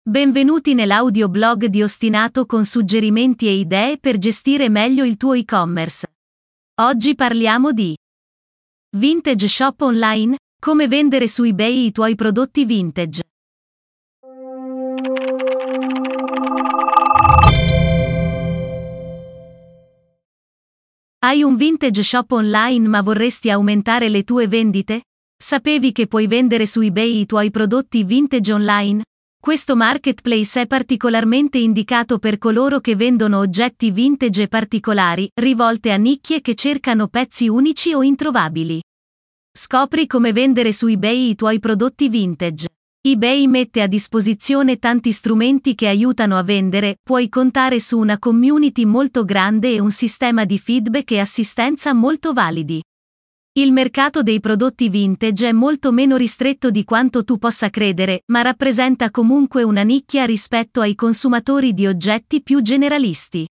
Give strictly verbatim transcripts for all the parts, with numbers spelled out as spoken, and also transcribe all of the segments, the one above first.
Benvenuti nell'audioblog di Ostinato con suggerimenti e idee per gestire meglio il tuo e-commerce. Oggi parliamo di Vintage Shop Online, come vendere su eBay i tuoi prodotti vintage. Hai un vintage shop online ma vorresti aumentare le tue vendite? Sapevi che puoi vendere su eBay i tuoi prodotti vintage online? Questo marketplace è particolarmente indicato per coloro che vendono oggetti vintage e particolari, rivolte a nicchie che cercano pezzi unici o introvabili. Scopri come vendere su eBay i tuoi prodotti vintage. eBay mette a disposizione tanti strumenti che aiutano a vendere, puoi contare su una community molto grande e un sistema di feedback e assistenza molto validi. Il mercato dei prodotti vintage è molto meno ristretto di quanto tu possa credere, ma rappresenta comunque una nicchia rispetto ai consumatori di oggetti più generalisti.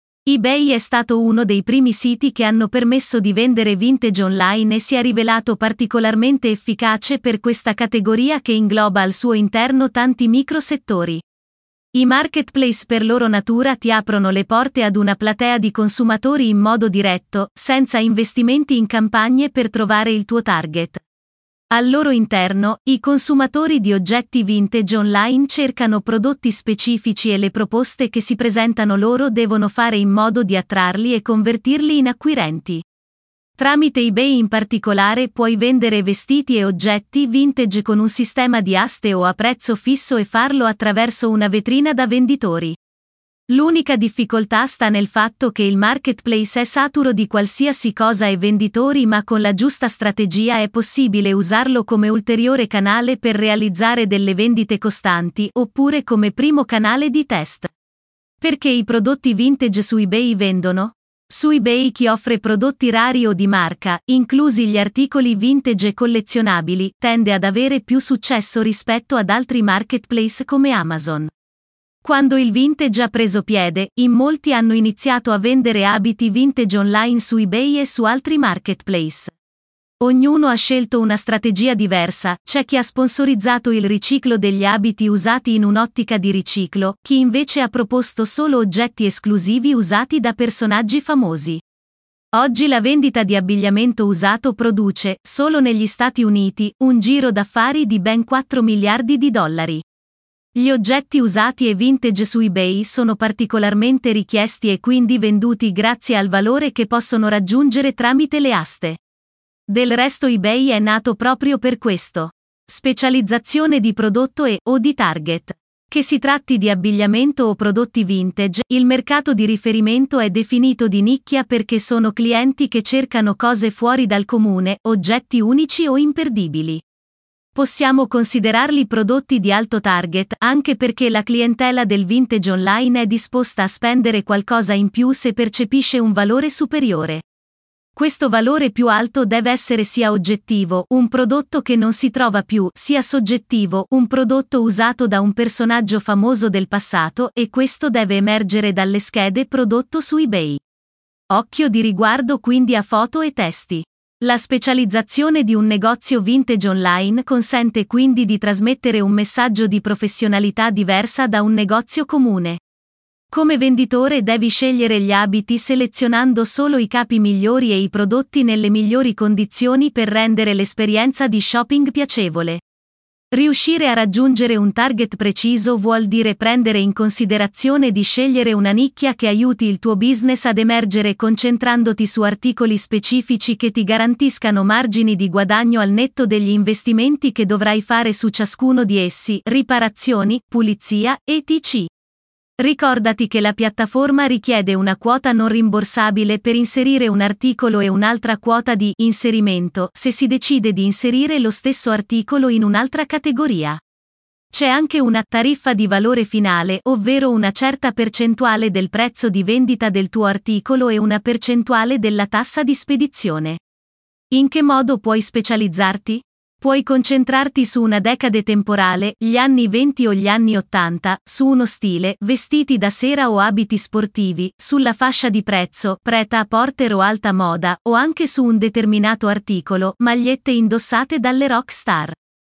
eBay è stato uno dei primi siti che hanno permesso di vendere vintage online e si è rivelato particolarmente efficace per questa categoria che ingloba al suo interno tanti microsettori. I marketplace per loro natura ti aprono le porte ad una platea di consumatori in modo diretto, senza investimenti in campagne per trovare il tuo target. Al loro interno, i consumatori di oggetti vintage online cercano prodotti specifici e le proposte che si presentano loro devono fare in modo di attrarli e convertirli in acquirenti. Tramite eBay in particolare puoi vendere vestiti e oggetti vintage con un sistema di aste o a prezzo fisso e farlo attraverso una vetrina da venditori. L'unica difficoltà sta nel fatto che il marketplace è saturo di qualsiasi cosa e venditori, ma con la giusta strategia è possibile usarlo come ulteriore canale per realizzare delle vendite costanti, oppure come primo canale di test. Perché i prodotti vintage su eBay vendono? Su eBay chi offre prodotti rari o di marca, inclusi gli articoli vintage e collezionabili, tende ad avere più successo rispetto ad altri marketplace come Amazon. Quando il vintage ha preso piede, in molti hanno iniziato a vendere abiti vintage online su eBay e su altri marketplace. Ognuno ha scelto una strategia diversa, c'è chi ha sponsorizzato il riciclo degli abiti usati in un'ottica di riciclo, chi invece ha proposto solo oggetti esclusivi usati da personaggi famosi. Oggi la vendita di abbigliamento usato produce, solo negli Stati Uniti, un giro d'affari di ben quattro miliardi di dollari. Gli oggetti usati e vintage su eBay sono particolarmente richiesti e quindi venduti grazie al valore che possono raggiungere tramite le aste. Del resto eBay è nato proprio per questo. Specializzazione di prodotto e o di target. Che si tratti di abbigliamento o prodotti vintage, il mercato di riferimento è definito di nicchia perché sono clienti che cercano cose fuori dal comune, oggetti unici o imperdibili. Possiamo considerarli prodotti di alto target anche perché la clientela del vintage online è disposta a spendere qualcosa in più se percepisce un valore superiore. Questo valore più alto deve essere sia oggettivo, un prodotto che non si trova più, sia soggettivo, un prodotto usato da un personaggio famoso del passato, e questo deve emergere dalle schede prodotto su eBay. Occhio di riguardo quindi a foto e testi. La specializzazione di un negozio vintage online consente quindi di trasmettere un messaggio di professionalità diversa da un negozio comune. Come venditore devi scegliere gli abiti selezionando solo i capi migliori e i prodotti nelle migliori condizioni per rendere l'esperienza di shopping piacevole. Riuscire a raggiungere un target preciso vuol dire prendere in considerazione di scegliere una nicchia che aiuti il tuo business ad emergere concentrandoti su articoli specifici che ti garantiscano margini di guadagno al netto degli investimenti che dovrai fare su ciascuno di essi, riparazioni, pulizia, et cetera. Ricordati che la piattaforma richiede una quota non rimborsabile per inserire un articolo e un'altra quota di inserimento se si decide di inserire lo stesso articolo in un'altra categoria. C'è anche una tariffa di valore finale, ovvero una certa percentuale del prezzo di vendita del tuo articolo e una percentuale della tassa di spedizione. In che modo puoi specializzarti? Puoi concentrarti su una decade temporale, gli anni venti o gli anni ottanta, su uno stile, vestiti da sera o abiti sportivi, sulla fascia di prezzo, prêt-à-porter o alta moda, o anche su un determinato articolo, magliette indossate dalle rock star.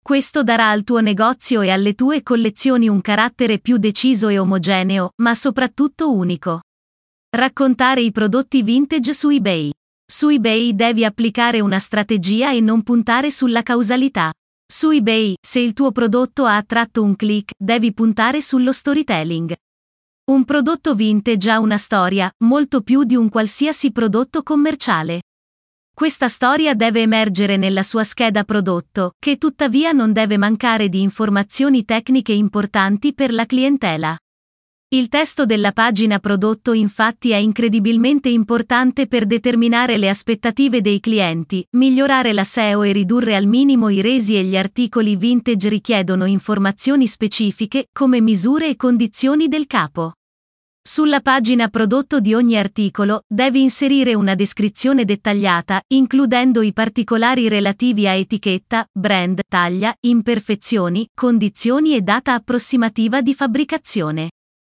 Questo darà al tuo negozio e alle tue collezioni un carattere più deciso e omogeneo, ma soprattutto unico. Raccontare i prodotti vintage su eBay. Su eBay devi applicare una strategia e non puntare sulla causalità. Su eBay, se il tuo prodotto ha attratto un click, devi puntare sullo storytelling. Un prodotto vintage ha una storia, molto più di un qualsiasi prodotto commerciale. Questa storia deve emergere nella sua scheda prodotto, che tuttavia non deve mancare di informazioni tecniche importanti per la clientela. Il testo della pagina prodotto infatti è incredibilmente importante per determinare le aspettative dei clienti, migliorare la S E O e ridurre al minimo i resi, e gli articoli vintage richiedono informazioni specifiche, come misure e condizioni del capo. Sulla pagina prodotto di ogni articolo, devi inserire una descrizione dettagliata, includendo i particolari relativi a etichetta, brand, taglia, imperfezioni, condizioni e data approssimativa di fabbricazione.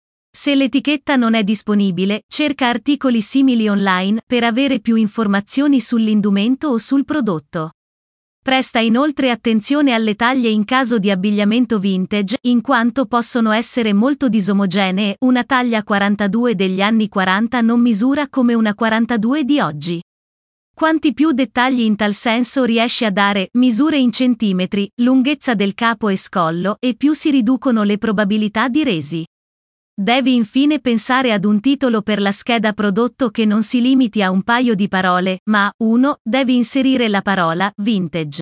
Se l'etichetta non è disponibile, cerca articoli simili online per avere più informazioni sull'indumento o sul prodotto. Presta inoltre attenzione alle taglie in caso di abbigliamento vintage, in quanto possono essere molto disomogenee. Una taglia quarantadue degli anni quaranta non misura come una quarantadue di oggi. Quanti più dettagli in tal senso riesci a dare, misure in centimetri, lunghezza del capo e scollo, e più si riducono le probabilità di resi. Devi infine pensare ad un titolo per la scheda prodotto che non si limiti a un paio di parole, ma uno Devi inserire la parola vintage.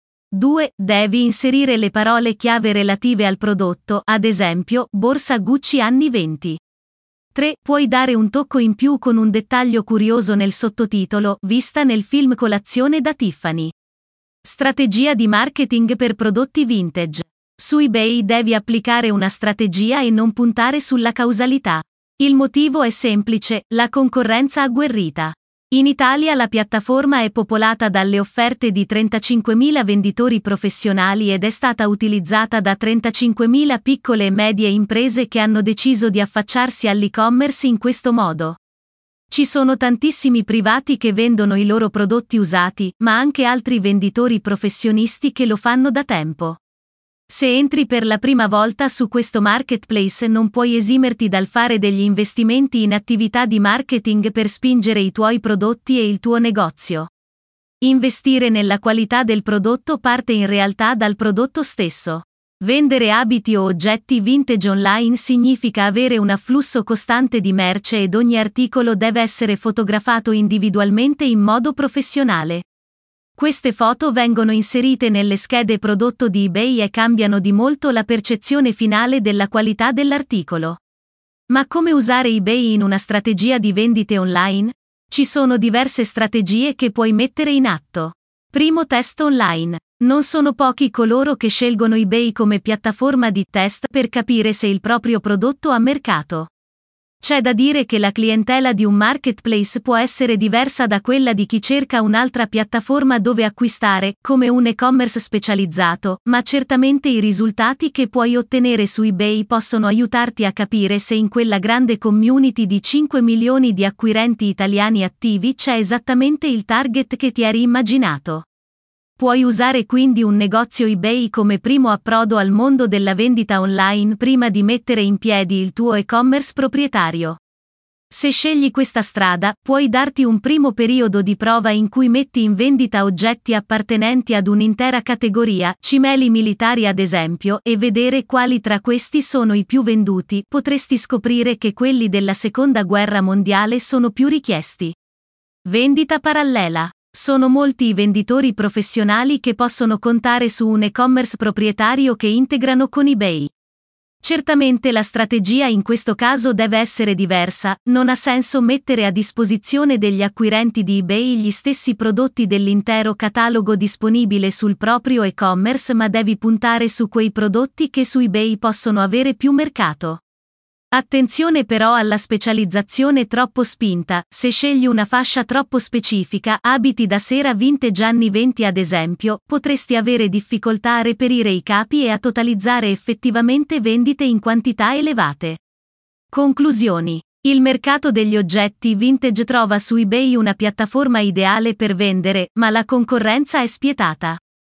due Devi inserire le parole chiave relative al prodotto, ad esempio, borsa Gucci anni venti. tre Puoi dare un tocco in più con un dettaglio curioso nel sottotitolo, vista nel film Colazione da Tiffany. Strategia di marketing per prodotti vintage. Su eBay devi applicare una strategia e non puntare sulla causalità. Il motivo è semplice, la concorrenza agguerrita. In Italia la piattaforma è popolata dalle offerte di trentacinquemila venditori professionali ed è stata utilizzata da trentacinquemila piccole e medie imprese che hanno deciso di affacciarsi all'e-commerce in questo modo. Ci sono tantissimi privati che vendono i loro prodotti usati, ma anche altri venditori professionisti che lo fanno da tempo. Se entri per la prima volta su questo marketplace non puoi esimerti dal fare degli investimenti in attività di marketing per spingere i tuoi prodotti e il tuo negozio. Investire nella qualità del prodotto parte in realtà dal prodotto stesso. Vendere abiti o oggetti vintage online significa avere un afflusso costante di merce ed ogni articolo deve essere fotografato individualmente in modo professionale. Queste foto vengono inserite nelle schede prodotto di eBay e cambiano di molto la percezione finale della qualità dell'articolo. Ma come usare eBay in una strategia di vendite online? Ci sono diverse strategie che puoi mettere in atto. Primo test online. Non sono pochi coloro che scelgono eBay come piattaforma di test per capire se il proprio prodotto ha mercato. C'è da dire che la clientela di un marketplace può essere diversa da quella di chi cerca un'altra piattaforma dove acquistare, come un e-commerce specializzato, ma certamente i risultati che puoi ottenere su eBay possono aiutarti a capire se in quella grande community di cinque milioni di acquirenti italiani attivi c'è esattamente il target che ti eri immaginato. Puoi usare quindi un negozio eBay come primo approdo al mondo della vendita online prima di mettere in piedi il tuo e-commerce proprietario. Se scegli questa strada, puoi darti un primo periodo di prova in cui metti in vendita oggetti appartenenti ad un'intera categoria, cimeli militari ad esempio, e vedere quali tra questi sono i più venduti. Potresti scoprire che quelli della Seconda Guerra Mondiale sono più richiesti. Vendita parallela. Sono molti i venditori professionali che possono contare su un e-commerce proprietario che integrano con eBay. Certamente la strategia in questo caso deve essere diversa, non ha senso mettere a disposizione degli acquirenti di eBay gli stessi prodotti dell'intero catalogo disponibile sul proprio e-commerce, ma devi puntare su quei prodotti che su eBay possono avere più mercato. Attenzione però alla specializzazione troppo spinta. Se scegli una fascia troppo specifica, abiti da sera vintage anni venti ad esempio, potresti avere difficoltà a reperire i capi e a totalizzare effettivamente vendite in quantità elevate. Conclusioni. Il mercato degli oggetti vintage trova su eBay una piattaforma ideale per vendere, ma la concorrenza è spietata.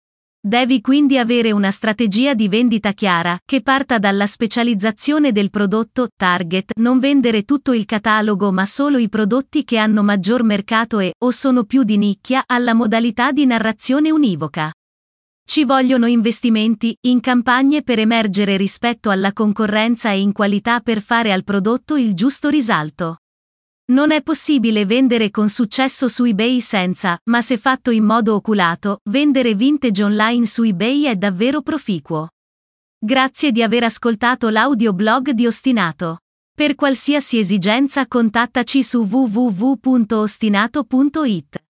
Devi quindi avere una strategia di vendita chiara, che parta dalla specializzazione del prodotto, target, non vendere tutto il catalogo ma solo i prodotti che hanno maggior mercato e, o sono più di nicchia, alla modalità di narrazione univoca. Ci vogliono investimenti, in campagne per emergere rispetto alla concorrenza e in qualità per fare al prodotto il giusto risalto. Non è possibile vendere con successo su eBay senza, ma se fatto in modo oculato, vendere vintage online su eBay è davvero proficuo. Grazie di aver ascoltato l'audioblog di Ostinato. Per qualsiasi esigenza contattaci su w w w punto ostinato punto it.